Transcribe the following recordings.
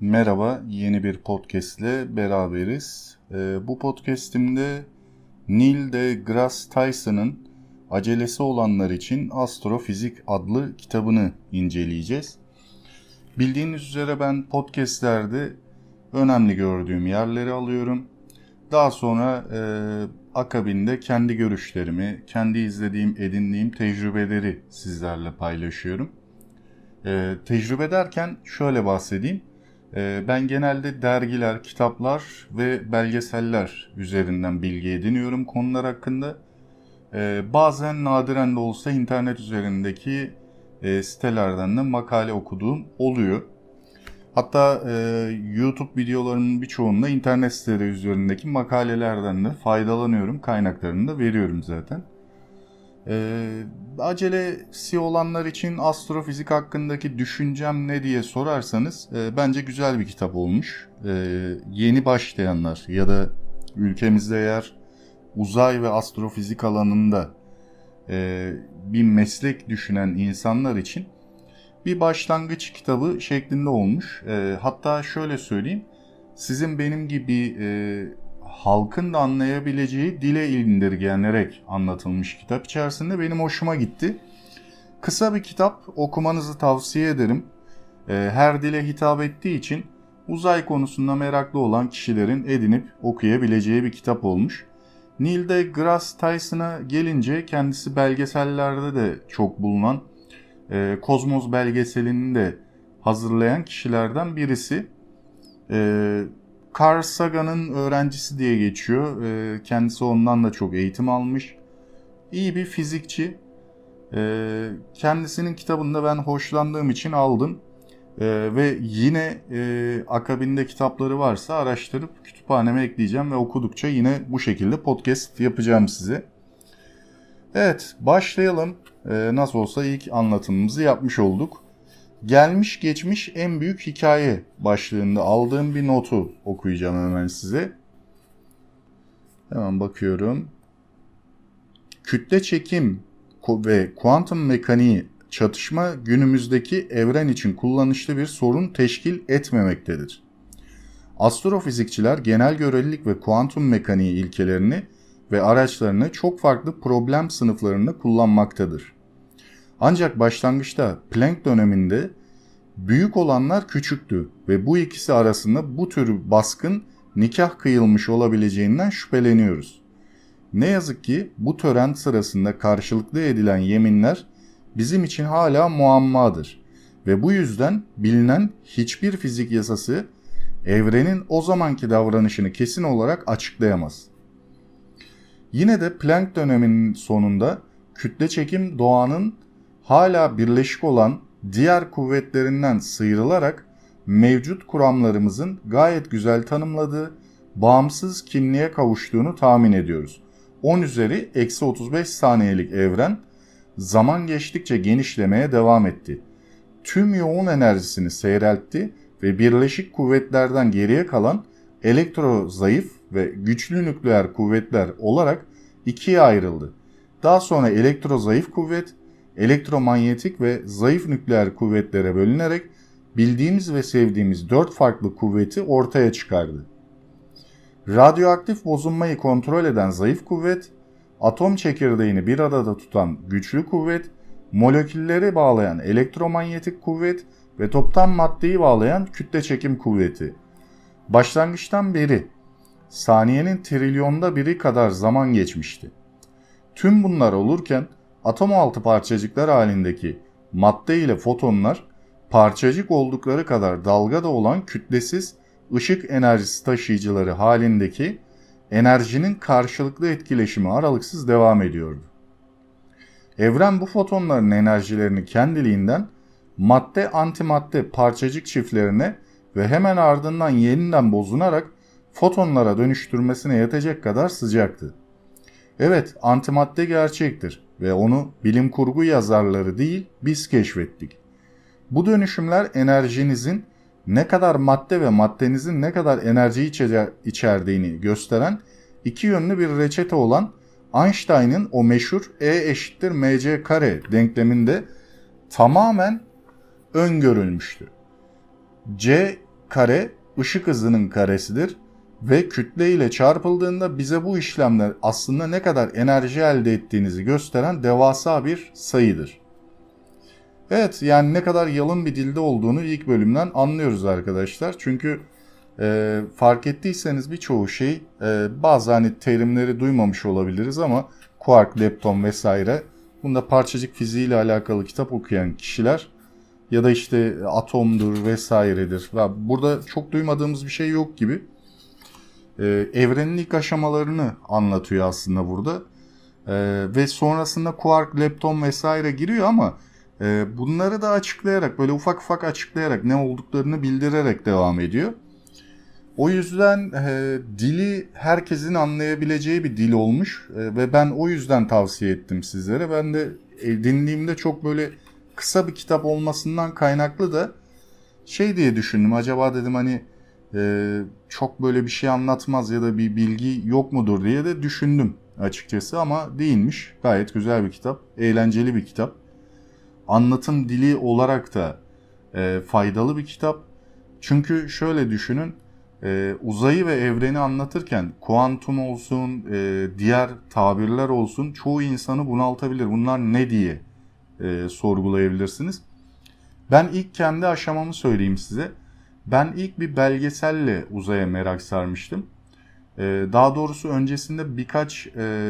Merhaba, yeni bir podcast ile beraberiz. Bu podcastimde Neil deGrasse Tyson'ın Acelesi Olanlar için Astrofizik adlı kitabını inceleyeceğiz. Bildiğiniz üzere ben podcastlerde önemli gördüğüm yerleri alıyorum. Daha sonra akabinde kendi görüşlerimi, kendi izlediğim, edindiğim tecrübeleri sizlerle paylaşıyorum. Tecrübe derken şöyle bahsedeyim. Ben genelde dergiler, kitaplar ve belgeseller üzerinden bilgi ediniyorum konular hakkında. Bazen nadiren de olsa internet üzerindeki sitelerden de makale okuduğum oluyor. Hatta YouTube videolarının birçoğunda internet siteleri üzerindeki makalelerden de faydalanıyorum. Kaynaklarını da veriyorum zaten. Acelesi olanlar için astrofizik hakkındaki düşüncem ne diye sorarsanız bence güzel bir kitap olmuş. Yeni başlayanlar ya da ülkemizde eğer uzay ve astrofizik alanında bir meslek düşünen insanlar için bir başlangıç kitabı şeklinde olmuş. Hatta şöyle söyleyeyim, sizin benim gibi halkın da anlayabileceği dile indirgenerek anlatılmış kitap içerisinde benim hoşuma gitti. Kısa bir kitap, okumanızı tavsiye ederim. Her dile hitap ettiği için uzay konusunda meraklı olan kişilerin edinip okuyabileceği bir kitap olmuş. Neil deGrasse Tyson'a gelince kendisi belgesellerde de çok bulunan Kozmos belgeselini de hazırlayan kişilerden birisi. Carl Sagan'ın öğrencisi diye geçiyor. Kendisi ondan da çok eğitim almış. İyi bir fizikçi. Kendisinin kitabını da ben hoşlandığım için aldım. Ve yine akabinde kitapları varsa araştırıp kütüphaneme ekleyeceğim ve okudukça yine bu şekilde podcast yapacağım size. Evet, başlayalım. Nasıl olsa ilk anlatımımızı yapmış olduk. Gelmiş geçmiş en büyük hikaye başlığında aldığım bir notu okuyacağım hemen size. Hemen bakıyorum. Kütle çekim ve kuantum mekaniği çatışma günümüzdeki evren için kullanışlı bir sorun teşkil etmemektedir. Astrofizikçiler genel görelilik ve kuantum mekaniği ilkelerini ve araçlarını çok farklı problem sınıflarında kullanmaktadır. Ancak başlangıçta Planck döneminde büyük olanlar küçüktü ve bu ikisi arasında bu tür baskın nikah kıyılmış olabileceğinden şüpheleniyoruz. Ne yazık ki bu tören sırasında karşılıklı edilen yeminler bizim için hala muammadır ve bu yüzden bilinen hiçbir fizik yasası evrenin o zamanki davranışını kesin olarak açıklayamaz. Yine de Planck döneminin sonunda kütle çekim doğanın hala birleşik olan diğer kuvvetlerinden sıyrılarak mevcut kuramlarımızın gayet güzel tanımladığı bağımsız kimliğe kavuştuğunu tahmin ediyoruz. 10 üzeri eksi 35 saniyelik evren zaman geçtikçe genişlemeye devam etti. Tüm yoğun enerjisini seyreltti ve birleşik kuvvetlerden geriye kalan elektrozayıf ve güçlü nükleer kuvvetler olarak ikiye ayrıldı. Daha sonra elektrozayıf kuvvet, elektromanyetik ve zayıf nükleer kuvvetlere bölünerek bildiğimiz ve sevdiğimiz 4 farklı kuvveti ortaya çıkardı. Radyoaktif bozulmayı kontrol eden zayıf kuvvet, atom çekirdeğini bir arada tutan güçlü kuvvet, molekülleri bağlayan elektromanyetik kuvvet ve toptan maddeyi bağlayan kütle çekim kuvveti. Başlangıçtan beri saniyenin trilyonda biri kadar zaman geçmişti. Tüm bunlar olurken atom altı parçacıklar halindeki madde ile fotonlar parçacık oldukları kadar dalgada olan kütlesiz ışık enerjisi taşıyıcıları halindeki enerjinin karşılıklı etkileşimi aralıksız devam ediyordu. Evren bu fotonların enerjilerini kendiliğinden madde antimadde parçacık çiftlerine ve hemen ardından yeniden bozunarak fotonlara dönüştürmesine yetecek kadar sıcaktı. Evet, antimadde gerçektir ve onu bilim kurgu yazarları değil biz keşfettik. Bu dönüşümler enerjinizin ne kadar madde ve maddenizin ne kadar enerji içerdiğini gösteren iki yönlü bir reçete olan Einstein'ın o meşhur E = mc² denkleminde tamamen öngörülmüştü. C kare ışık hızının karesidir ve kütle ile çarpıldığında bize bu işlemler aslında ne kadar enerji elde ettiğinizi gösteren devasa bir sayıdır. Evet, yani ne kadar yalın bir dilde olduğunu ilk bölümden anlıyoruz arkadaşlar. Çünkü fark ettiyseniz birçoğu şey bazı hani terimleri duymamış olabiliriz ama kuark, lepton vesaire, bunda parçacık fiziği ile alakalı kitap okuyan kişiler ya da işte atomdur vesairedir. Burada çok duymadığımız bir şey yok gibi. Evrenin ilk aşamalarını anlatıyor aslında burada. Ve sonrasında kuark, lepton vesaire giriyor ama bunları da açıklayarak, böyle ufak ufak açıklayarak, ne olduklarını bildirerek devam ediyor. O yüzden dili herkesin anlayabileceği bir dil olmuş ve ben o yüzden tavsiye ettim sizlere. Ben de dinlediğimde çok böyle kısa bir kitap olmasından kaynaklı da şey diye düşündüm. Acaba dedim hani çok böyle bir şey anlatmaz ya da bir bilgi yok mudur diye de düşündüm açıkçası ama değilmiş. Gayet güzel bir kitap, eğlenceli bir kitap. Anlatım dili olarak da faydalı bir kitap. Çünkü şöyle düşünün, uzayı ve evreni anlatırken kuantum olsun, diğer tabirler olsun çoğu insanı bunaltabilir. Bunlar ne diye sorgulayabilirsiniz. Ben ilk kendi aşamamı söyleyeyim size. Ben ilk bir belgeselle uzaya merak sarmıştım. Daha doğrusu öncesinde birkaç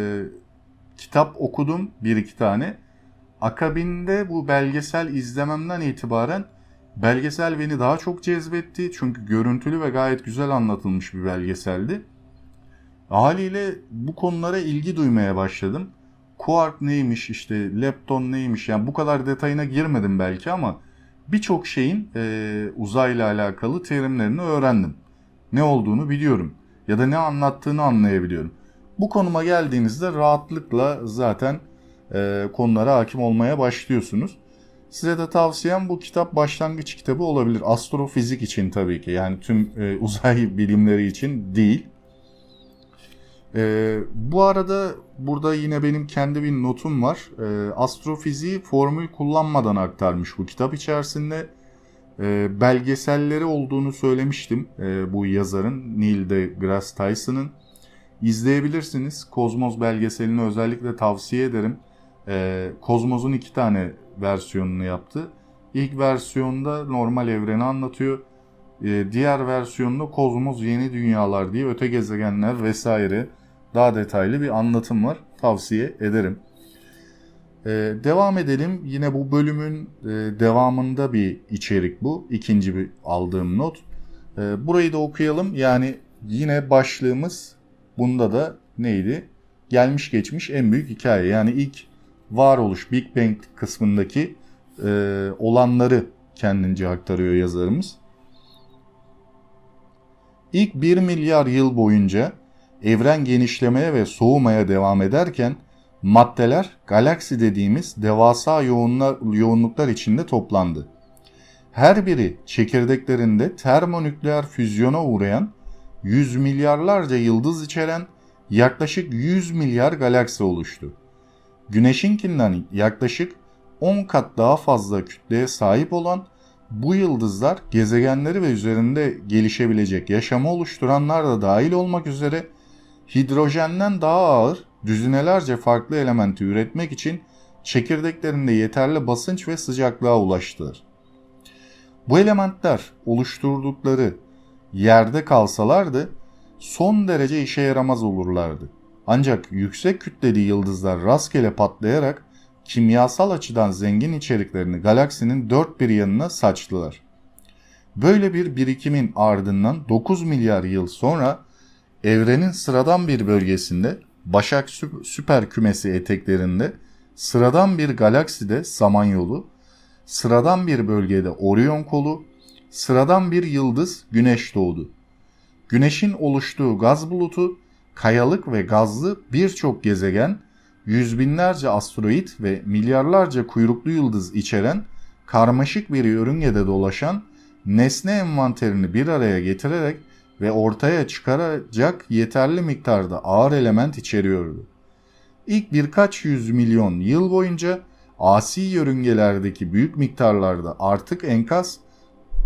kitap okudum, bir iki tane. Akabinde bu belgesel izlememden itibaren belgesel beni daha çok cezbetti. Çünkü görüntülü ve gayet güzel anlatılmış bir belgeseldi. Haliyle bu konulara ilgi duymaya başladım. Kuark neymiş, işte lepton neymiş, yani bu kadar detayına girmedim belki ama birçok şeyin uzayla alakalı terimlerini öğrendim. Ne olduğunu biliyorum ya da ne anlattığını anlayabiliyorum. Bu konuma geldiğinizde rahatlıkla zaten konulara hakim olmaya başlıyorsunuz. Size de tavsiyem bu kitap başlangıç kitabı olabilir. Astrofizik için tabii ki, yani tüm uzay bilimleri için değil. Bu arada burada yine benim kendi bir notum var. Astrofiziği formül kullanmadan aktarmış bu kitap içerisinde. Belgeselleri olduğunu söylemiştim bu yazarın, Neil deGrasse Tyson'ın. İzleyebilirsiniz. Kozmos belgeselini özellikle tavsiye ederim. Kozmos'un 2 tane versiyonunu yaptı. İlk versiyonda normal evreni anlatıyor. Diğer versiyonda Kozmos Yeni Dünyalar diye öte gezegenler vesaire daha detaylı bir anlatım var. Tavsiye ederim. Devam edelim. Yine bu bölümün devamında bir içerik bu. İkinci bir aldığım not. Burayı da okuyalım. Yani yine başlığımız bunda da neydi? Gelmiş geçmiş en büyük hikaye. Yani ilk varoluş, Big Bang kısmındaki olanları kendince aktarıyor yazarımız. İlk 1 milyar yıl boyunca evren genişlemeye ve soğumaya devam ederken maddeler galaksi dediğimiz devasa yoğunluklar içinde toplandı. Her biri çekirdeklerinde termonükleer füzyona uğrayan yüz milyarlarca yıldız içeren yaklaşık 100 milyar galaksi oluştu. Güneşinkinden yaklaşık 10 kat daha fazla kütleye sahip olan bu yıldızlar gezegenleri ve üzerinde gelişebilecek yaşamı oluşturanlar da dahil olmak üzere hidrojenden daha ağır düzinelerce farklı elementi üretmek için çekirdeklerinde yeterli basınç ve sıcaklığa ulaştılar. Bu elementler oluşturdukları yerde kalsalardı son derece işe yaramaz olurlardı. Ancak yüksek kütleli yıldızlar rastgele patlayarak kimyasal açıdan zengin içeriklerini galaksinin dört bir yanına saçtılar. Böyle bir birikimin ardından 9 milyar yıl sonra evrenin sıradan bir bölgesinde, Başak süper kümesi eteklerinde, sıradan bir galakside Samanyolu, sıradan bir bölgede Orion kolu, sıradan bir yıldız Güneş doğdu. Güneşin oluştuğu gaz bulutu, kayalık ve gazlı birçok gezegen, yüz binlerce asteroid ve milyarlarca kuyruklu yıldız içeren karmaşık bir yörüngede dolaşan nesne envanterini bir araya getirerek ve ortaya çıkaracak yeterli miktarda ağır element içeriyordu. İlk birkaç yüz milyon yıl boyunca asi yörüngelerdeki büyük miktarlarda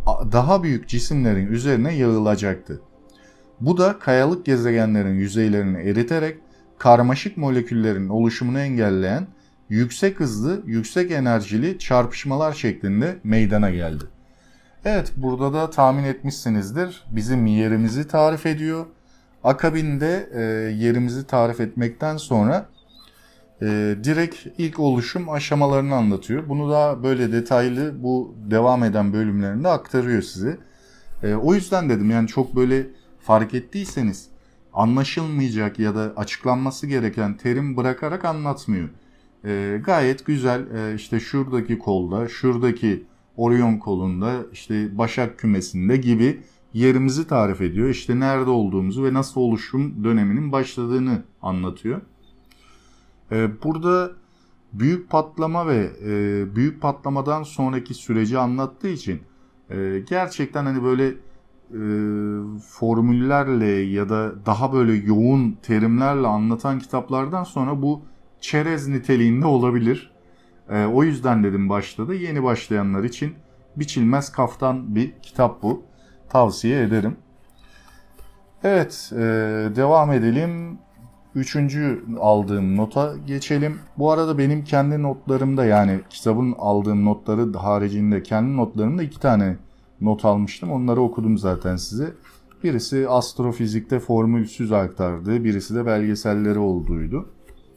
daha büyük cisimlerin üzerine yığılacaktı. Bu da kayalık gezegenlerin yüzeylerini eriterek karmaşık moleküllerin oluşumunu engelleyen yüksek hızlı, yüksek enerjili çarpışmalar şeklinde meydana geldi. Evet, burada da tahmin etmişsinizdir. Bizim yerimizi tarif ediyor. Akabinde yerimizi tarif etmekten sonra direkt ilk oluşum aşamalarını anlatıyor. Bunu da böyle detaylı bu devam eden bölümlerinde aktarıyor size. O yüzden dedim, yani çok böyle fark ettiyseniz anlaşılmayacak ya da açıklanması gereken terim bırakarak anlatmıyor. Gayet güzel, işte şuradaki kolda, şuradaki Orion kolunda, işte Başak kümesinde gibi yerimizi tarif ediyor. İşte nerede olduğumuzu ve nasıl oluşum döneminin başladığını anlatıyor. Burada büyük patlama ve büyük patlamadan sonraki süreci anlattığı için gerçekten hani böyle formüllerle ya da daha böyle yoğun terimlerle anlatan kitaplardan sonra bu çerez niteliğinde olabilir. O yüzden dedim başta da, yeni başlayanlar için biçilmez kaftan bir kitap bu. Tavsiye ederim. Evet, devam edelim. Üçüncü aldığım nota geçelim. Bu arada benim kendi notlarımda, yani kitabın aldığım notları haricinde kendi notlarımda 2 tane not almıştım. Onları okudum zaten size. Birisi astrofizikte formülsüz aktardığı, birisi de belgeselleri olduğuydu.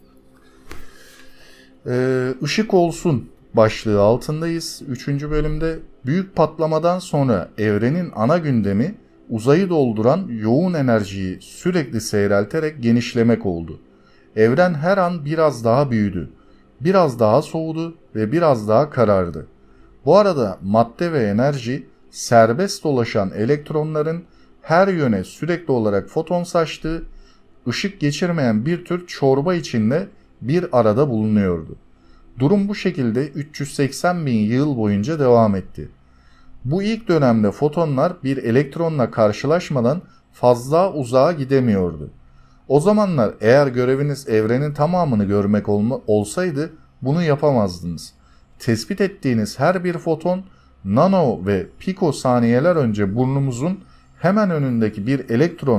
Işık olsun başlığı altındayız. 3. bölümde büyük patlamadan sonra evrenin ana gündemi uzayı dolduran yoğun enerjiyi sürekli seyrelterek genişlemek oldu. Evren her an biraz daha büyüdü, biraz daha soğudu ve biraz daha karardı. Bu arada madde ve enerji serbest dolaşan elektronların her yöne sürekli olarak foton saçtığı, ışık geçirmeyen bir tür çorba içinde bir arada bulunuyordu. Durum bu şekilde 380 bin yıl boyunca devam etti. Bu ilk dönemde fotonlar bir elektronla karşılaşmadan fazla uzağa gidemiyordu. O zamanlar eğer göreviniz evrenin tamamını görmek olsaydı bunu yapamazdınız. Tespit ettiğiniz her bir foton nano ve piko saniyeler önce burnumuzun hemen önündeki bir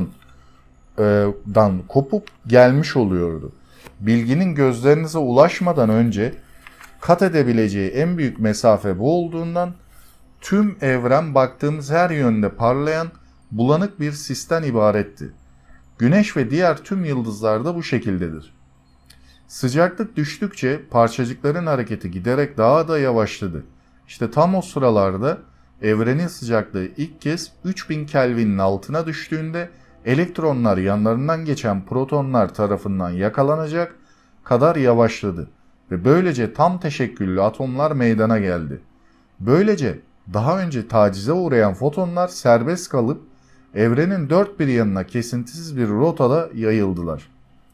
elektrondan kopup gelmiş oluyordu. Bilginin gözlerinize ulaşmadan önce kat edebileceği en büyük mesafe bu olduğundan tüm evren baktığımız her yönde parlayan bulanık bir sisten ibaretti. Güneş ve diğer tüm yıldızlar da bu şekildedir. Sıcaklık düştükçe parçacıkların hareketi giderek daha da yavaşladı. İşte tam o sıralarda evrenin sıcaklığı ilk kez 3000 Kelvin'in altına düştüğünde elektronlar yanlarından geçen protonlar tarafından yakalanacak kadar yavaşladı ve böylece tam teşekküllü atomlar meydana geldi. Böylece daha önce tacize uğrayan fotonlar serbest kalıp evrenin dört bir yanına kesintisiz bir rotada yayıldılar.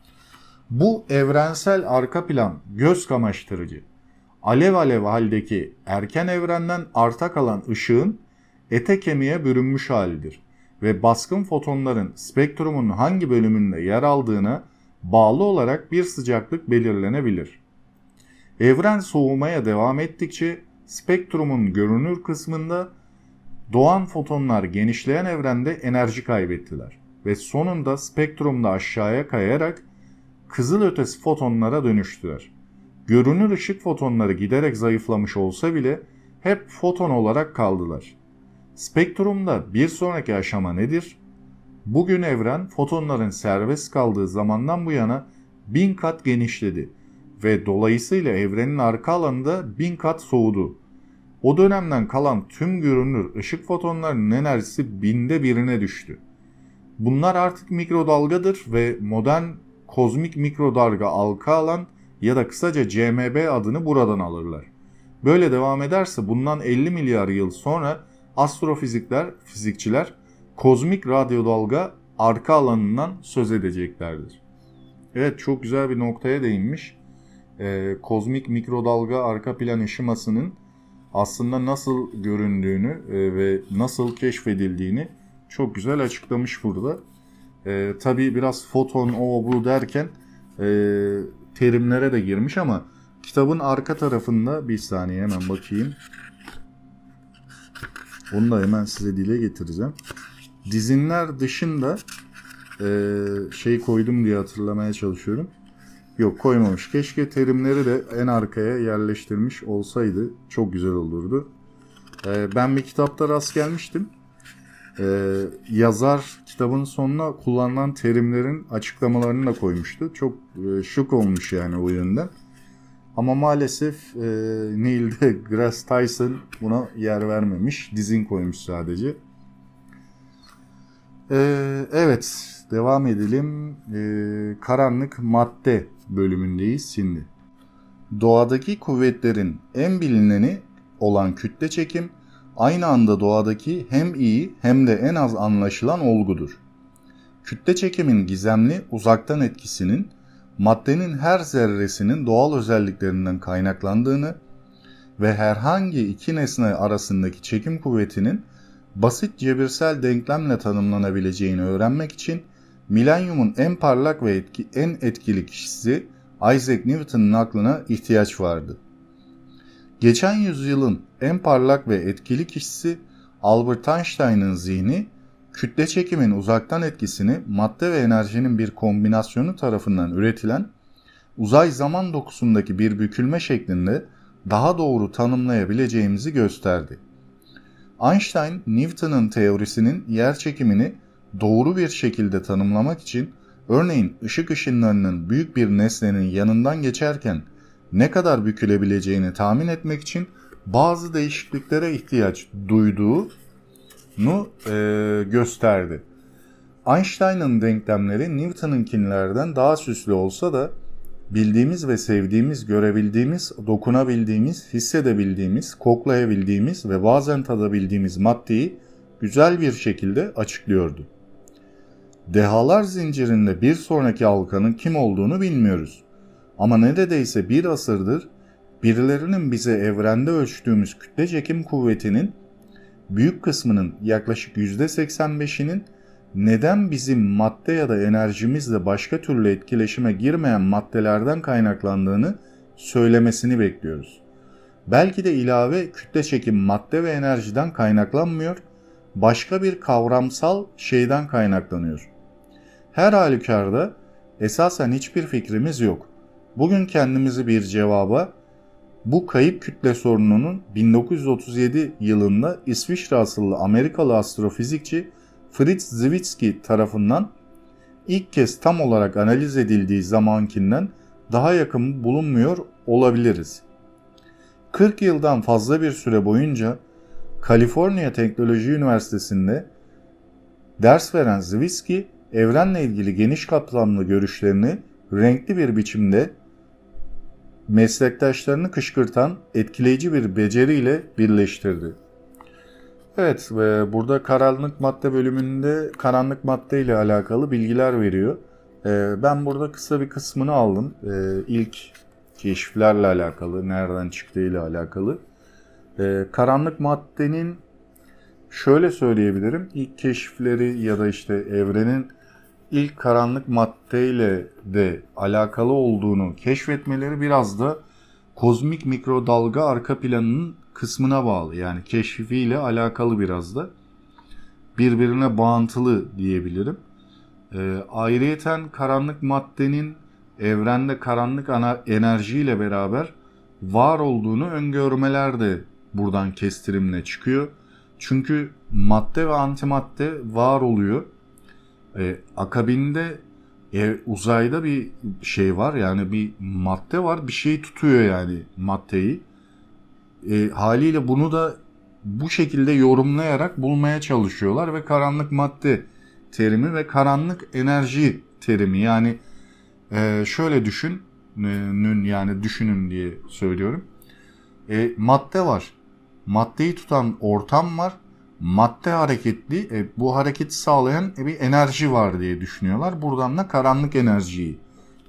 Bu evrensel arka plan göz kamaştırıcı. Alev alev haldeki erken evrenden arta kalan ışığın ete kemiğe bürünmüş halidir ve baskın fotonların spektrumun hangi bölümünde yer aldığına bağlı olarak bir sıcaklık belirlenebilir. Evren soğumaya devam ettikçe spektrumun görünür kısmında doğan fotonlar genişleyen evrende enerji kaybettiler ve sonunda spektrumda aşağıya kayarak kızılötesi fotonlara dönüştüler. Görünür ışık fotonları giderek zayıflamış olsa bile hep foton olarak kaldılar. Spektrumda bir sonraki aşama nedir? Bugün evren fotonların serbest kaldığı zamandan bu yana 1000 kat genişledi ve dolayısıyla evrenin arka alanında 1000 kat soğudu. O dönemden kalan tüm görünür ışık fotonlarının enerjisi 1000'de 1'ine düştü. Bunlar artık mikrodalgadır ve modern kozmik mikrodalga halka alan ya da kısaca CMB adını buradan alırlar. Böyle devam ederse bundan 50 milyar yıl sonra fizikçiler kozmik radyodalga arka alanından söz edeceklerdir. Evet, çok güzel bir noktaya değinmiş. Kozmik mikrodalga arka plan ışımasının aslında nasıl göründüğünü ve nasıl keşfedildiğini çok güzel açıklamış burada. Tabii biraz foton o bu derken terimlere de girmiş ama kitabın arka tarafında, bir saniye hemen bakayım. Onu da hemen size dile getireceğim. Dizinler dışında şey koydum diye hatırlamaya çalışıyorum. Yok, koymamış. Keşke terimleri de en arkaya yerleştirmiş olsaydı. Çok güzel olurdu. Ben bir kitapta rast gelmiştim. Yazar kitabın sonuna kullanılan terimlerin açıklamalarını da koymuştu. Çok şık olmuş yani o yönden. Ama maalesef Neil deGrasse Tyson buna yer vermemiş. Dizin koymuş sadece. Evet, devam edelim. Karanlık madde bölümündeyiz şimdi. Doğadaki kuvvetlerin en bilineni olan kütle çekim, aynı anda doğadaki hem iyi hem de en az anlaşılan olgudur. Kütle çekimin gizemli uzaktan etkisinin, maddenin her zerresinin doğal özelliklerinden kaynaklandığını ve herhangi iki nesne arasındaki çekim kuvvetinin basit cebirsel denklemle tanımlanabileceğini öğrenmek için milenyumun en parlak ve en etkili kişisi Isaac Newton'un aklına ihtiyaç vardı. Geçen yüzyılın en parlak ve etkili kişisi Albert Einstein'ın zihni, kütle çekimin uzaktan etkisini madde ve enerjinin bir kombinasyonu tarafından üretilen uzay zaman dokusundaki bir bükülme şeklinde daha doğru tanımlayabileceğimizi gösterdi. Einstein, Newton'un teorisinin yerçekimini doğru bir şekilde tanımlamak için örneğin ışık ışınlarının büyük bir nesnenin yanından geçerken ne kadar bükülebileceğini tahmin etmek için bazı değişikliklere ihtiyaç duyduğunu gösterdi. Einstein'ın denklemleri Newton'unkilerden daha süslü olsa da bildiğimiz ve sevdiğimiz, görebildiğimiz, dokunabildiğimiz, hissedebildiğimiz, koklayabildiğimiz ve bazen tadabildiğimiz maddeyi güzel bir şekilde açıklıyordu. Dehalar zincirinde bir sonraki halkanın kim olduğunu bilmiyoruz. Ama neredeyse bir asırdır birilerinin bize evrende ölçtüğümüz kütle çekim kuvvetinin büyük kısmının, yaklaşık %85'inin neden bizim madde ya da enerjimizle başka türlü etkileşime girmeyen maddelerden kaynaklandığını söylemesini bekliyoruz. Belki de ilave kütle çekim madde ve enerjiden kaynaklanmıyor, başka bir kavramsal şeyden kaynaklanıyor. Her halükarda esasen hiçbir fikrimiz yok. Bugün kendimizi bir cevaba, bu kayıp kütle sorununun 1937 yılında İsviçre asıllı Amerikalı astrofizikçi Fritz Zwicky tarafından ilk kez tam olarak analiz edildiği zamankinden daha yakın bulunmuyor olabiliriz. 40 yıldan fazla bir süre boyunca Kaliforniya Teknoloji Üniversitesi'nde ders veren Zwicky, evrenle ilgili geniş kapsamlı görüşlerini renkli bir biçimde meslektaşlarını kışkırtan etkileyici bir beceriyle birleştirdi. Evet, ve burada karanlık madde bölümünde karanlık madde ile alakalı bilgiler veriyor. Ben burada kısa bir kısmını aldım. İlk keşiflerle alakalı, nereden çıktığıyla alakalı. Karanlık maddenin şöyle söyleyebilirim. İlk keşifleri ya da işte evrenin ilk karanlık maddeyle de alakalı olduğunu keşfetmeleri biraz da kozmik mikrodalga arka planının kısmına bağlı. Yani keşfiyle alakalı biraz da. Birbirine bağıntılı diyebilirim. Ayrıyeten karanlık maddenin evrende karanlık enerjiyle beraber var olduğunu öngörmeler de buradan kestirimle çıkıyor. Çünkü madde ve antimadde var oluyor. Akabinde uzayda bir şey var, yani bir madde var, bir şey tutuyor yani maddeyi. Haliyle bunu da bu şekilde yorumlayarak bulmaya çalışıyorlar ve karanlık madde terimi ve karanlık enerji terimi, yani şöyle düşünün diye söylüyorum. Madde var, maddeyi tutan ortam var. Madde hareketli, bu hareketi sağlayan bir enerji var diye düşünüyorlar. Buradan da karanlık enerjiyi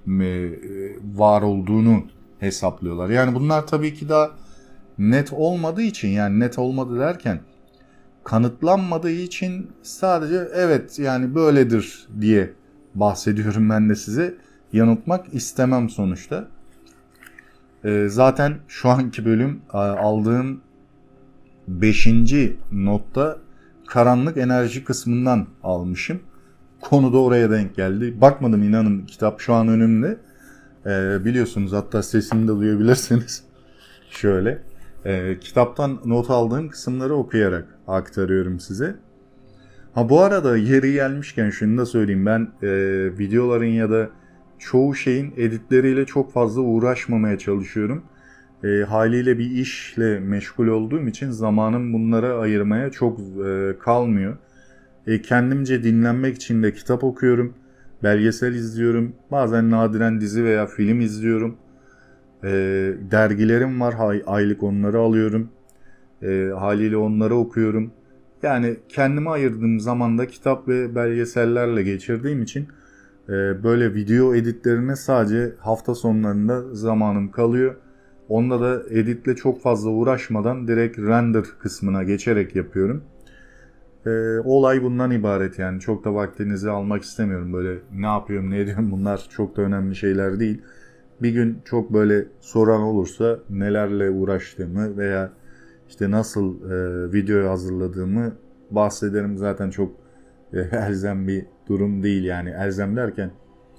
var olduğunu hesaplıyorlar. Yani bunlar tabii ki daha net olmadığı için, yani net olmadı derken kanıtlanmadığı için sadece evet yani böyledir diye bahsediyorum, ben de size yanıltmak istemem sonuçta. Zaten şu anki bölüm aldığım 5. notta karanlık enerji kısmından almışım. Konu da oraya denk geldi. Bakmadım, inanın, kitap şu an önümde. Biliyorsunuz, hatta sesini de duyabilirsiniz. Şöyle. Kitaptan not aldığım kısımları okuyarak aktarıyorum size. Bu arada yeri gelmişken şunu da söyleyeyim. Ben videoların ya da çoğu şeyin editleriyle çok fazla uğraşmamaya çalışıyorum. Haliyle bir işle meşgul olduğum için zamanım bunlara ayırmaya çok kalmıyor. Kendimce dinlenmek için de kitap okuyorum, belgesel izliyorum, bazen nadiren dizi veya film izliyorum. Dergilerim var, aylık onları alıyorum. Haliyle onları okuyorum. Yani kendime ayırdığım zamanda kitap ve belgesellerle geçirdiğim için böyle video editlerine sadece hafta sonlarında zamanım kalıyor. Onda da editle çok fazla uğraşmadan direkt render kısmına geçerek yapıyorum. Olay bundan ibaret yani. Çok da vaktinizi almak istemiyorum. Böyle ne yapıyorum, ne ediyorum, bunlar çok da önemli şeyler değil. Bir gün çok böyle soran olursa nelerle uğraştığımı veya işte nasıl video hazırladığımı bahsederim. Zaten çok elzem bir durum değil yani. Elzem derken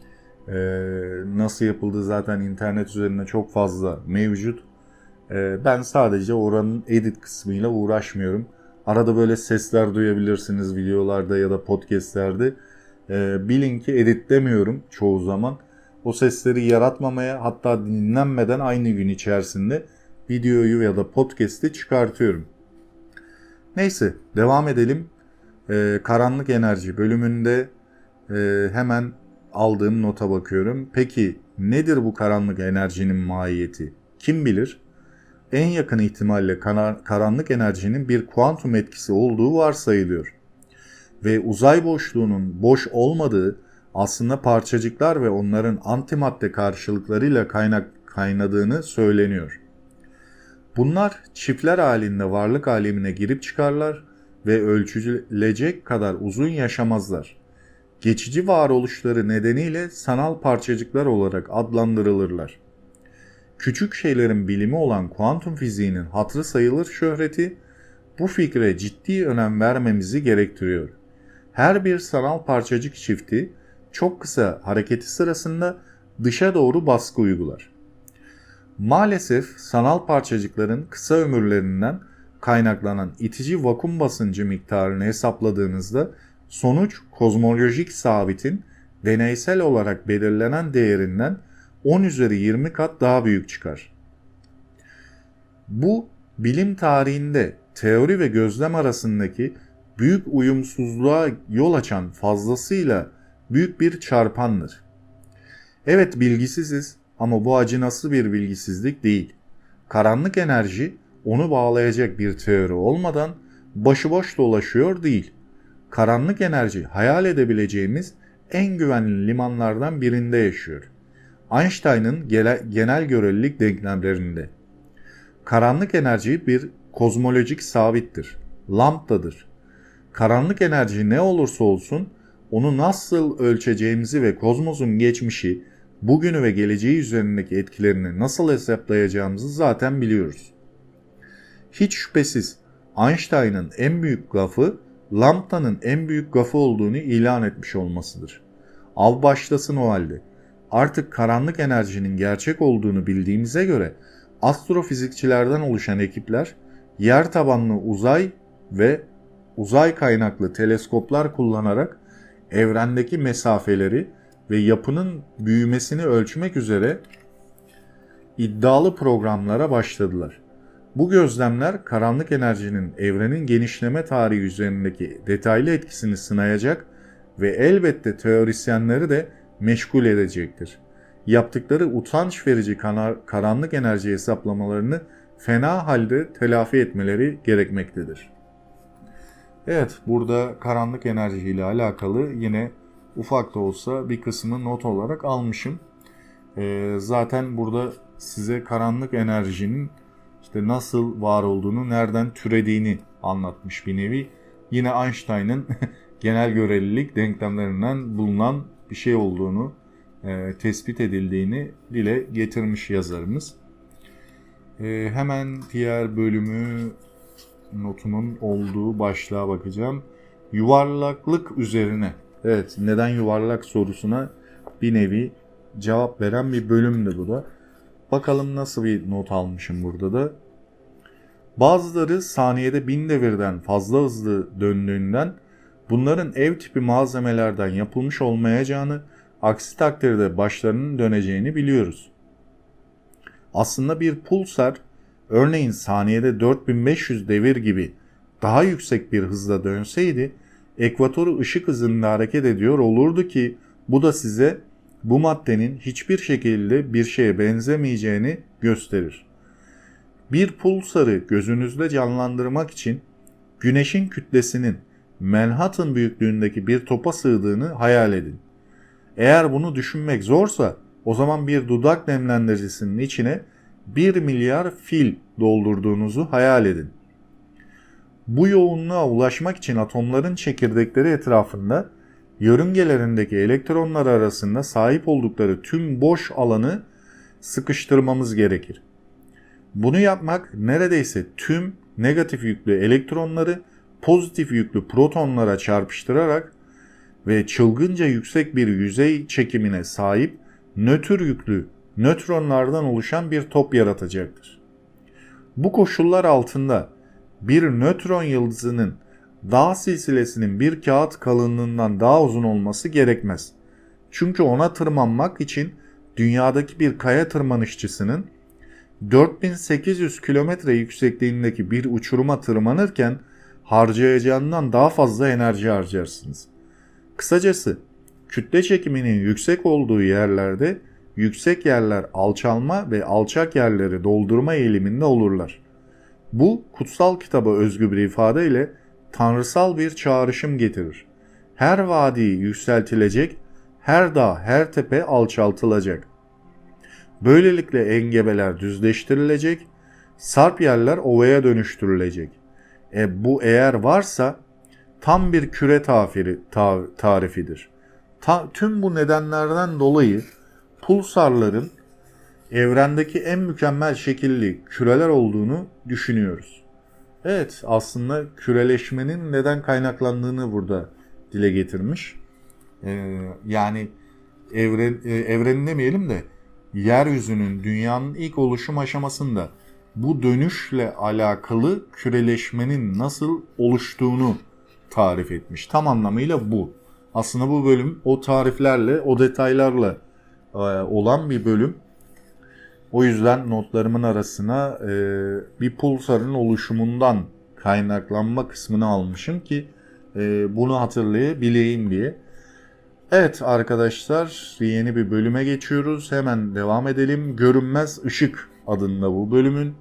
nasıl yapıldığı zaten internet üzerinde çok fazla mevcut. Ben sadece oranın edit kısmıyla uğraşmıyorum. Arada böyle sesler duyabilirsiniz videolarda ya da podcastlerde. Bilin ki editlemiyorum çoğu zaman. O sesleri yaratmamaya, hatta dinlenmeden aynı gün içerisinde videoyu ya da podcast'i çıkartıyorum. Neyse, devam edelim. Karanlık enerji bölümünde hemen aldığım nota bakıyorum. Peki nedir bu karanlık enerjinin mahiyeti? Kim bilir? En yakın ihtimalle karanlık enerjinin bir kuantum etkisi olduğu varsayılıyor. Ve uzay boşluğunun boş olmadığı, aslında parçacıklar ve onların antimadde karşılıklarıyla kaynadığını söyleniyor. Bunlar çiftler halinde varlık alemine girip çıkarlar ve ölçülecek kadar uzun yaşamazlar. Geçici varoluşları nedeniyle sanal parçacıklar olarak adlandırılırlar. Küçük şeylerin bilimi olan kuantum fiziğinin hatırı sayılır şöhreti, bu fikre ciddi önem vermemizi gerektiriyor. Her bir sanal parçacık çifti çok kısa hareketi sırasında dışa doğru baskı uygular. Maalesef sanal parçacıkların kısa ömürlerinden kaynaklanan itici vakum basıncı miktarını hesapladığınızda sonuç kozmolojik sabitin deneysel olarak belirlenen değerinden 10 üzeri 20 kat daha büyük çıkar. Bu bilim tarihinde teori ve gözlem arasındaki büyük uyumsuzluğa yol açan fazlasıyla büyük bir çarpandır. Evet, bilgisiziz ama bu acınası bir bilgisizlik değil. Karanlık enerji onu bağlayacak bir teori olmadan başıboş dolaşıyor değil. Karanlık enerji hayal edebileceğimiz en güvenli limanlardan birinde yaşıyor. Einstein'ın genel görelilik denklemlerinde. Karanlık enerji bir kozmolojik sabittir. Lambdadır. Karanlık enerji ne olursa olsun onu nasıl ölçeceğimizi ve kozmosun geçmişi, bugünü ve geleceği üzerindeki etkilerini nasıl hesaplayacağımızı zaten biliyoruz. Hiç şüphesiz Einstein'ın en büyük gafı, lambdanın en büyük gafı olduğunu ilan etmiş olmasıdır. Av başlasın o halde. Artık karanlık enerjinin gerçek olduğunu bildiğimize göre astrofizikçilerden oluşan ekipler yer tabanlı uzay ve uzay kaynaklı teleskoplar kullanarak evrendeki mesafeleri ve yapının büyümesini ölçmek üzere iddialı programlara başladılar. Bu gözlemler karanlık enerjinin evrenin genişleme tarihi üzerindeki detaylı etkisini sınayacak ve elbette teorisyenleri de meşgul edecektir. Yaptıkları utanç verici karanlık enerji hesaplamalarını fena halde telafi etmeleri gerekmektedir. Evet, burada karanlık enerji ile alakalı yine ufak da olsa bir kısmı not olarak almışım. Zaten burada size karanlık enerjinin işte nasıl var olduğunu, nereden türediğini anlatmış bir nevi. Yine Einstein'ın genel görelilik denklemlerinden bulunan bir şey olduğunu, tespit edildiğini dile getirmiş yazarımız. Hemen diğer bölümü notunun olduğu başlığa bakacağım. Yuvarlaklık üzerine. Evet, neden yuvarlak sorusuna bir nevi cevap veren bir bölümdü bu da. Bakalım nasıl bir not almışım burada da. Bazıları saniyede 1000 devirden fazla hızlı döndüğünden bunların ev tipi malzemelerden yapılmış olmayacağını, aksi takdirde başlarının döneceğini biliyoruz. Aslında bir pulsar örneğin saniyede 4500 devir gibi daha yüksek bir hızla dönseydi ekvatoru ışık hızında hareket ediyor olurdu ki bu da size bu maddenin hiçbir şekilde bir şeye benzemeyeceğini gösterir. Bir pulsarı gözünüzde canlandırmak için Güneşin kütlesinin Manhattan büyüklüğündeki bir topa sığdığını hayal edin. Eğer bunu düşünmek zorsa o zaman bir dudak nemlendiricisinin içine 1 milyar fil doldurduğunuzu hayal edin. Bu yoğunluğa ulaşmak için atomların çekirdekleri etrafında yörüngelerindeki elektronlar arasında sahip oldukları tüm boş alanı sıkıştırmamız gerekir. Bunu yapmak neredeyse tüm negatif yüklü elektronları pozitif yüklü protonlara çarpıştırarak ve çılgınca yüksek bir yüzey çekimine sahip nötr yüklü nötronlardan oluşan bir top yaratacaktır. Bu koşullar altında bir nötron yıldızının dağ silsilesinin bir kağıt kalınlığından daha uzun olması gerekmez. Çünkü ona tırmanmak için dünyadaki bir kaya tırmanışçısının 4800 kilometre yüksekliğindeki bir uçuruma tırmanırken harcayacağından daha fazla enerji harcarsınız. Kısacası kütle çekiminin yüksek olduğu yerlerde yüksek yerler alçalma ve alçak yerleri doldurma eğiliminde olurlar. Bu kutsal kitaba özgü bir ifadeyle tanrısal bir çağrışım getirir. Her vadi yükseltilecek, her dağ, her tepe alçaltılacak. Böylelikle engebeler düzleştirilecek, sarp yerler ovaya dönüştürülecek. Bu eğer varsa tam bir küre tarifidir. Tüm bu nedenlerden dolayı pulsarların evrendeki en mükemmel şekilli küreler olduğunu düşünüyoruz. Evet, aslında küreleşmenin neden kaynaklandığını burada dile getirmiş. Yani evrenin demeyelim de yeryüzünün, dünyanın ilk oluşum aşamasında bu dönüşle alakalı küreleşmenin nasıl oluştuğunu tarif etmiş. Tam anlamıyla bu. Aslında bu bölüm o tariflerle, o detaylarla olan bir bölüm. O yüzden notlarımın arasına bir pulsarın oluşumundan kaynaklanma kısmını almışım ki bunu hatırlayabileyim diye. Evet arkadaşlar, yeni bir bölüme geçiyoruz. Hemen devam edelim. Görünmez ışık adında bu bölümün.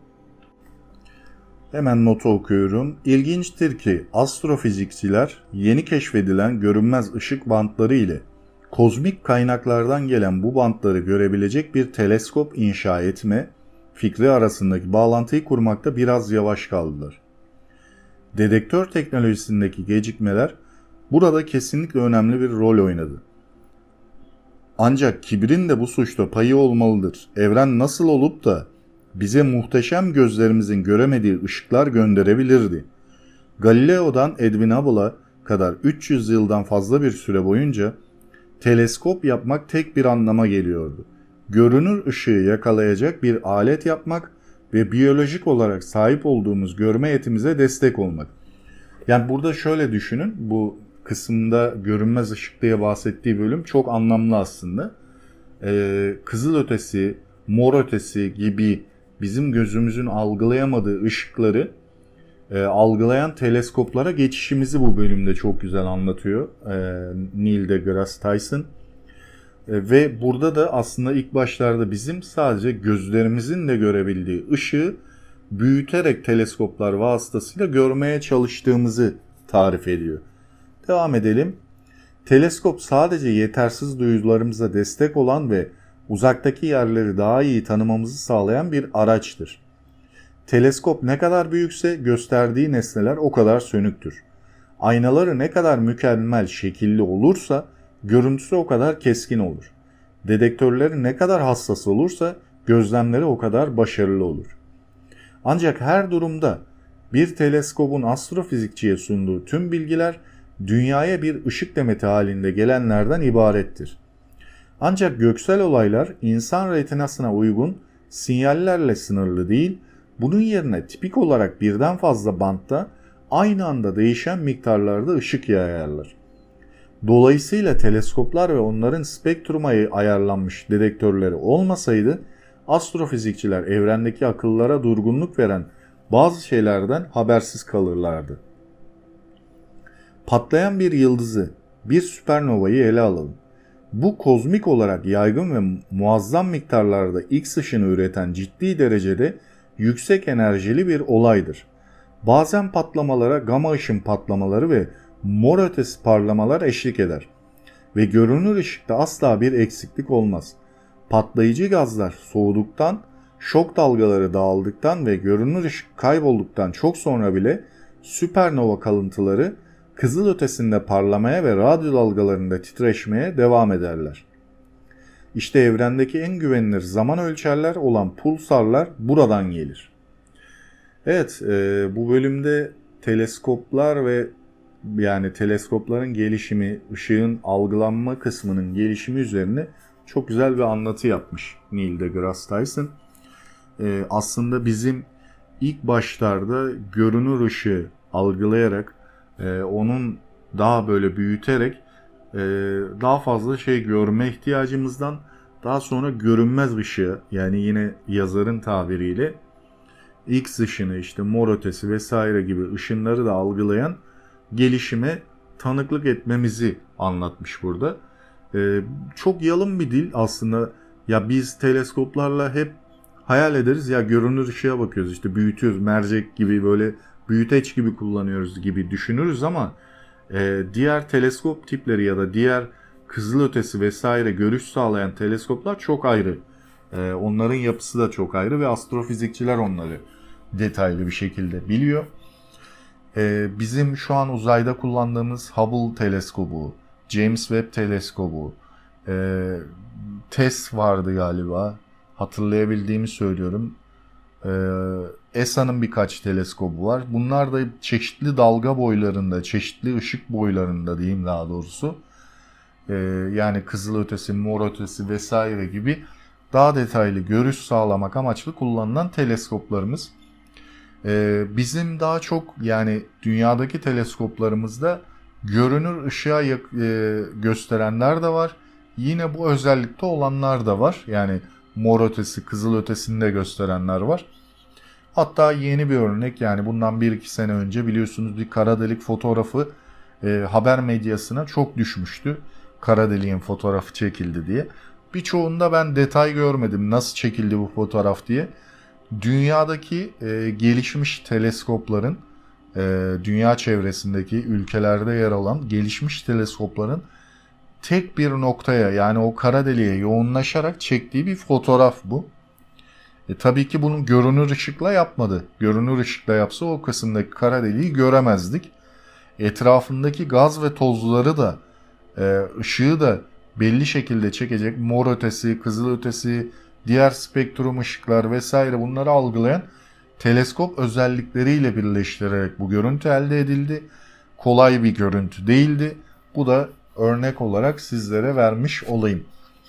Hemen notu okuyorum. İlginçtir ki astrofizikçiler yeni keşfedilen görünmez ışık bantları ile kozmik kaynaklardan gelen bu bantları görebilecek bir teleskop inşa etme fikri arasındaki bağlantıyı kurmakta biraz yavaş kaldılar. Dedektör teknolojisindeki gecikmeler burada kesinlikle önemli bir rol oynadı. Ancak kibrin de bu suçta payı olmalıdır. Evren nasıl olup da bize muhteşem gözlerimizin göremediği ışıklar gönderebilirdi? Galileo'dan Edwin Hubble'a kadar 300 yıldan fazla bir süre boyunca teleskop yapmak tek bir anlama geliyordu. Görünür ışığı yakalayacak bir alet yapmak ve biyolojik olarak sahip olduğumuz görme yetimize destek olmak. Yani burada şöyle düşünün, bu kısımda görünmez ışık diye bahsettiği bölüm çok anlamlı aslında. Kızılötesi, mor ötesi gibi bizim gözümüzün algılayamadığı ışıkları algılayan teleskoplara geçişimizi bu bölümde çok güzel anlatıyor Neil deGrasse Tyson. Ve burada da aslında ilk başlarda bizim sadece gözlerimizin de görebildiği ışığı büyüterek teleskoplar vasıtasıyla görmeye çalıştığımızı tarif ediyor. Devam edelim. Teleskop sadece yetersiz duyularımıza destek olan ve uzaktaki yerleri daha iyi tanımamızı sağlayan bir araçtır. Teleskop ne kadar büyükse gösterdiği nesneler o kadar sönüktür. Aynaları ne kadar mükemmel şekilli olursa görüntüsü o kadar keskin olur. Dedektörleri ne kadar hassas olursa gözlemleri o kadar başarılı olur. Ancak her durumda Bir teleskobun astrofizikçiye sunduğu tüm bilgiler dünyaya bir ışık demeti halinde gelenlerden ibarettir. Ancak göksel olaylar insan retinasına uygun sinyallerle sınırlı değil, bunun yerine tipik olarak birden fazla bantta aynı anda değişen miktarlarda ışık yayarlar. Dolayısıyla teleskoplar ve onların spektruma ayarlanmış dedektörleri olmasaydı astrofizikçiler evrendeki akıllara durgunluk veren bazı şeylerden habersiz kalırlardı. Patlayan bir yıldızı, bir süpernovayı ele alalım. Bu kozmik olarak yaygın ve muazzam miktarlarda X ışını üreten ciddi derecede yüksek enerjili bir olaydır. Bazen patlamalara gama ışın patlamaları ve mor ötesi parlamalar eşlik eder ve görünür ışıkta asla bir eksiklik olmaz. Patlayıcı gazlar soğuduktan, şok dalgaları dağıldıktan ve görünür ışık kaybolduktan çok sonra bile süpernova kalıntıları kızılötesinde parlamaya ve radyo dalgalarında titreşmeye devam ederler. İşte evrendeki en güvenilir zaman ölçerler olan pulsarlar buradan gelir. Evet, bu bölümde teleskoplar ve yani teleskopların gelişimi, ışığın algılanma kısmının gelişimi üzerine çok güzel bir anlatı yapmış Neil deGrasse Tyson. Aslında bizim ilk başlarda görünür ışığı algılayarak, onun daha böyle büyüterek daha fazla şey görme ihtiyacımızdan daha sonra görünmez ışığı, yani yine yazarın tabiriyle X ışını, işte mor ötesi vesaire gibi ışınları da algılayan gelişime tanıklık etmemizi anlatmış burada. Çok yalın bir dil aslında. Ya biz teleskoplarla hep hayal ederiz ya, görünür ışığa bakıyoruz, işte büyütüyoruz, mercek gibi, böyle büyüteç gibi kullanıyoruz gibi düşünürüz ama diğer teleskop tipleri ya da diğer kızılötesi vesaire görüş sağlayan teleskoplar çok ayrı. Onların yapısı da çok ayrı ve astrofizikçiler onları detaylı bir şekilde biliyor. Bizim şu an uzayda kullandığımız Hubble teleskobu, James Webb teleskobu, TESS vardı galiba, hatırlayabildiğimi söylüyorum. ESA'nın birkaç teleskobu var. Bunlar da çeşitli dalga boylarında, çeşitli ışık boylarında diyeyim daha doğrusu. Yani kızılötesi, mor ötesi vesaire gibi daha detaylı görüş sağlamak amaçlı kullanılan teleskoplarımız. Bizim daha çok, yani dünyadaki teleskoplarımızda görünür ışığa gösterenler de var. Yine bu özellikte olanlar da var. Yani mor ötesi, kızıl ötesini de gösterenler var. Hatta yeni bir örnek, yani bundan 1-2 sene önce biliyorsunuz bir kara delik fotoğrafı haber medyasına çok düşmüştü. Kara deliğin fotoğrafı çekildi diye. Birçoğunda ben detay görmedim, nasıl çekildi bu fotoğraf diye. Dünyadaki gelişmiş teleskopların, dünya çevresindeki ülkelerde yer alan gelişmiş teleskopların tek bir noktaya, yani o kara deliğe yoğunlaşarak çektiği bir fotoğraf bu. Tabii ki bunu görünür ışıkla yapmadı. Görünür ışıkla yapsa o kısımdaki kara deliği göremezdik. Etrafındaki gaz ve tozları da, ışığı da belli şekilde çekecek mor ötesi, kızıl ötesi, diğer spektrum ışıklar vesaire, bunları algılayan teleskop özellikleriyle birleştirerek bu görüntü elde edildi. Kolay bir görüntü değildi. Bu da örnek olarak sizlere vermiş olayım.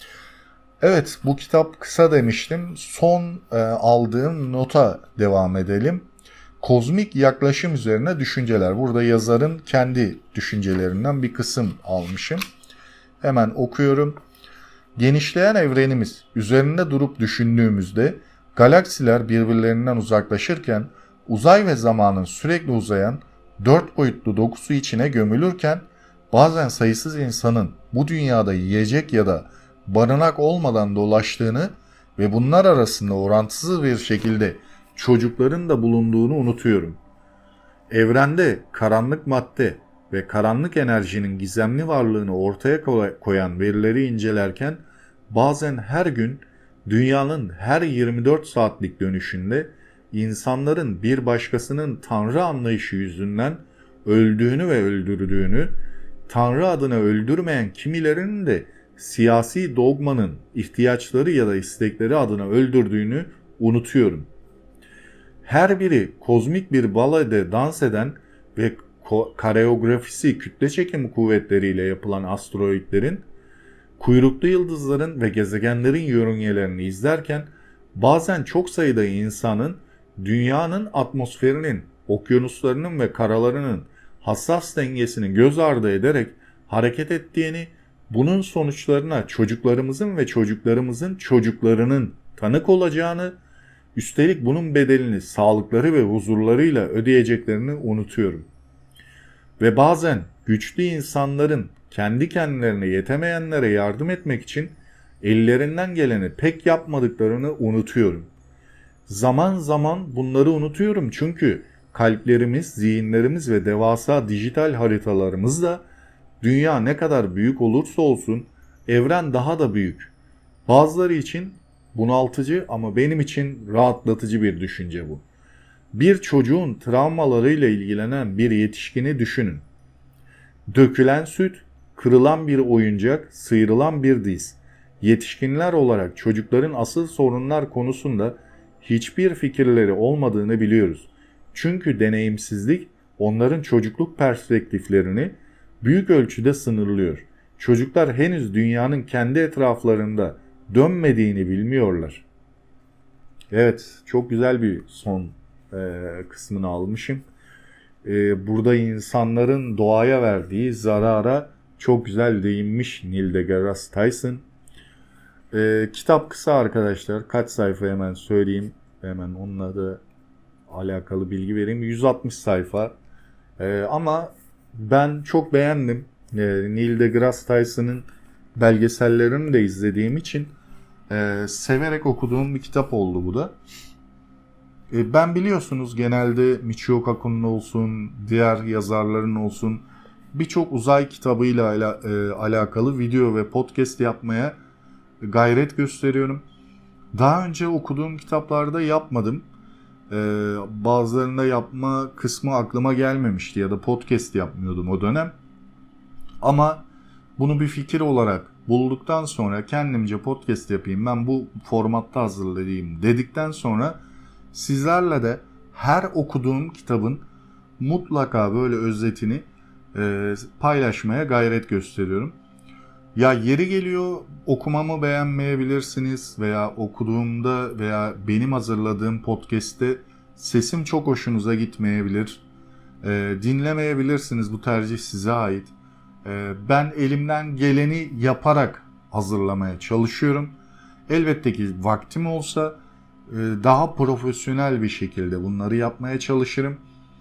Evet, bu kitap kısa demiştim. Son aldığım nota devam edelim. Kozmik yaklaşım üzerine düşünceler. Burada yazarın kendi düşüncelerinden bir kısım almışım. Hemen okuyorum. Genişleyen evrenimiz üzerinde durup düşündüğümüzde galaksiler birbirlerinden uzaklaşırken, uzay ve zamanın sürekli uzayan dört boyutlu dokusu içine gömülürken, bazen sayısız insanın bu dünyada yiyecek ya da barınak olmadan dolaştığını ve bunlar arasında orantısız bir şekilde çocukların da bulunduğunu unutuyorum. Evrende karanlık madde ve karanlık enerjinin gizemli varlığını ortaya koyan verileri incelerken, bazen her gün dünyanın her 24 saatlik dönüşünde insanların bir başkasının Tanrı anlayışı yüzünden öldüğünü ve öldürdüğünü, Tanrı adına öldürmeyen kimilerinin de siyasi dogmanın ihtiyaçları ya da istekleri adına öldürdüğünü unutuyorum. her biri kozmik bir balede dans eden ve koreografisi kütle çekimi kuvvetleriyle yapılan asteroidlerin, kuyruklu yıldızların ve gezegenlerin yörüngelerini izlerken bazen çok sayıda insanın dünyanın atmosferinin, okyanuslarının ve karalarının hassas dengesini göz ardı ederek hareket ettiğini, bunun sonuçlarına çocuklarımızın ve çocuklarımızın çocuklarının tanık olacağını, üstelik bunun bedelini sağlıkları ve huzurlarıyla ödeyeceklerini unutuyorum. Ve bazen güçlü insanların kendi kendilerine yetemeyenlere yardım etmek için ellerinden geleni pek yapmadıklarını unutuyorum. Zaman zaman bunları unutuyorum çünkü kalplerimiz, zihinlerimiz ve devasa dijital haritalarımızla dünya ne kadar büyük olursa olsun evren daha da büyük. Bazıları için bunaltıcı ama benim için rahatlatıcı bir düşünce bu. Bir çocuğun travmalarıyla ilgilenen bir yetişkini düşünün. Dökülen süt, kırılan bir oyuncak, sıyrılan bir diz. Yetişkinler olarak çocukların asıl sorunlar konusunda hiçbir fikirleri olmadığını biliyoruz. Çünkü deneyimsizlik onların çocukluk perspektiflerini büyük ölçüde sınırlıyor. Çocuklar henüz dünyanın kendi etraflarında dönmediğini bilmiyorlar. Evet, çok güzel bir son kısmını almışım. Burada insanların doğaya verdiği zarara çok güzel değinmiş Neil deGrasse Tyson. Kitap kısa arkadaşlar. Kaç sayfa hemen söyleyeyim. Hemen onunla da alakalı bilgi vereyim. 160 sayfa. Ama ben çok beğendim. Neil deGrasse Tyson'ın belgesellerini de izlediğim için severek okuduğum bir kitap oldu bu da. Ben biliyorsunuz genelde Michio Kaku'nun olsun, diğer yazarların olsun birçok uzay kitabıyla alakalı video ve podcast yapmaya gayret gösteriyorum. Daha önce okuduğum kitaplarda yapmadım. Bazılarında yapma kısmı aklıma gelmemişti ya da podcast yapmıyordum o dönem. Ama bunu bir fikir olarak bulduktan sonra kendimce podcast yapayım, ben bu formatta hazırlayayım dedikten sonra sizlerle de her okuduğum kitabın mutlaka böyle özetini paylaşmaya gayret gösteriyorum. Ya yeri geliyor okumamı beğenmeyebilirsiniz veya okuduğumda veya benim hazırladığım podcast'te sesim çok hoşunuza gitmeyebilir. Dinlemeyebilirsiniz, bu tercih size ait. Ben elimden geleni yaparak hazırlamaya çalışıyorum. Elbette ki vaktim olsa daha profesyonel bir şekilde bunları yapmaya çalışırım.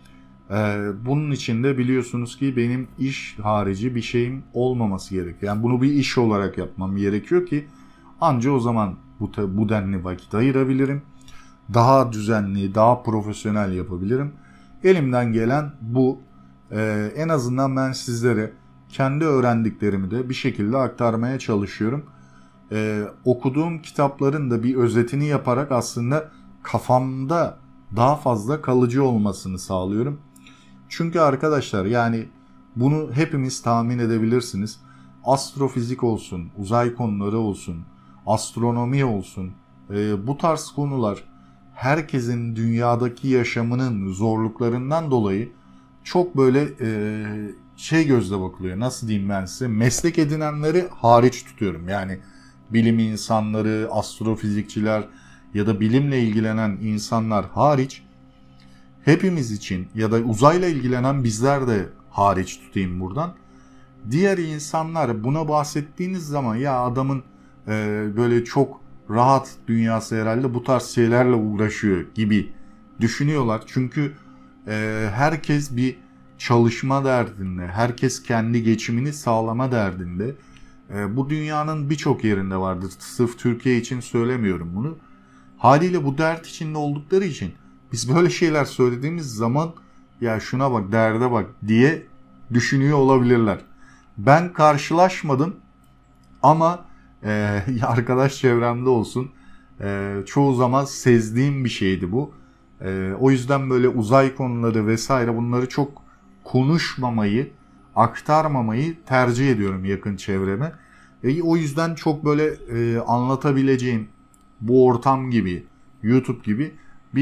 Bunun için de biliyorsunuz ki benim iş harici bir şeyim olmaması gerekiyor. Yani bunu bir iş olarak yapmam gerekiyor ki anca o zaman bu denli vakit ayırabilirim. Daha düzenli, daha profesyonel yapabilirim. Elimden gelen bu. En azından ben sizlere kendi öğrendiklerimi de bir şekilde aktarmaya çalışıyorum. Okuduğum kitapların da bir özetini yaparak aslında kafamda daha fazla kalıcı olmasını sağlıyorum. Çünkü arkadaşlar yani bunu hepimiz tahmin edebilirsiniz. Astrofizik olsun, uzay konuları olsun, astronomi olsun, bu tarz konular herkesin dünyadaki yaşamının zorluklarından dolayı çok böyle gözle bakılıyor. Nasıl diyeyim ben size? Meslek edinenleri hariç tutuyorum. Yani bilim insanları, astrofizikçiler ya da bilimle ilgilenen insanlar hariç hepimiz için ya da uzayla ilgilenen bizler de hariç tutayım buradan. Diğer insanlar buna bahsettiğiniz zaman ya adamın böyle çok rahat dünyası herhalde bu tarz şeylerle uğraşıyor gibi düşünüyorlar. Çünkü herkes bir çalışma derdinde, herkes kendi geçimini sağlama derdinde. Bu dünyanın birçok yerinde vardır. Sırf Türkiye için söylemiyorum bunu. Haliyle bu dert içinde oldukları için biz böyle şeyler söylediğimiz zaman ya şuna bak, derde bak diye düşünüyor olabilirler. Ben karşılaşmadım ama arkadaş çevremde olsun çoğu zaman sezdiğim bir şeydi bu. O yüzden böyle uzay konuları vesaire bunları çok konuşmamayı, aktarmamayı tercih ediyorum yakın çevreme. O yüzden çok böyle anlatabileceğim bu ortam gibi, YouTube gibi bir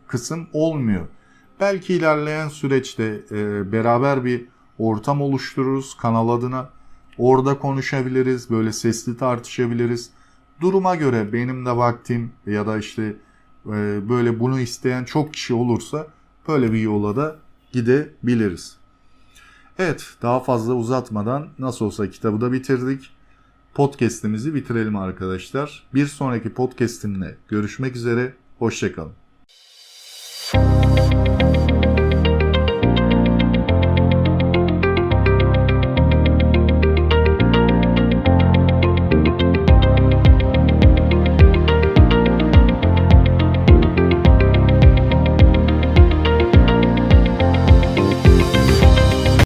kısım olmuyor. Belki ilerleyen süreçte beraber bir ortam oluştururuz kanal adına. Orada konuşabiliriz, böyle sesli tartışabiliriz. Duruma göre benim de vaktim ya da işte böyle bunu isteyen çok kişi olursa böyle bir yola da gidebiliriz. Evet, daha fazla uzatmadan nasıl olsa kitabı da bitirdik. Podcast'imizi bitirelim arkadaşlar. Bir sonraki podcast'imle görüşmek üzere. Hoşça kalın.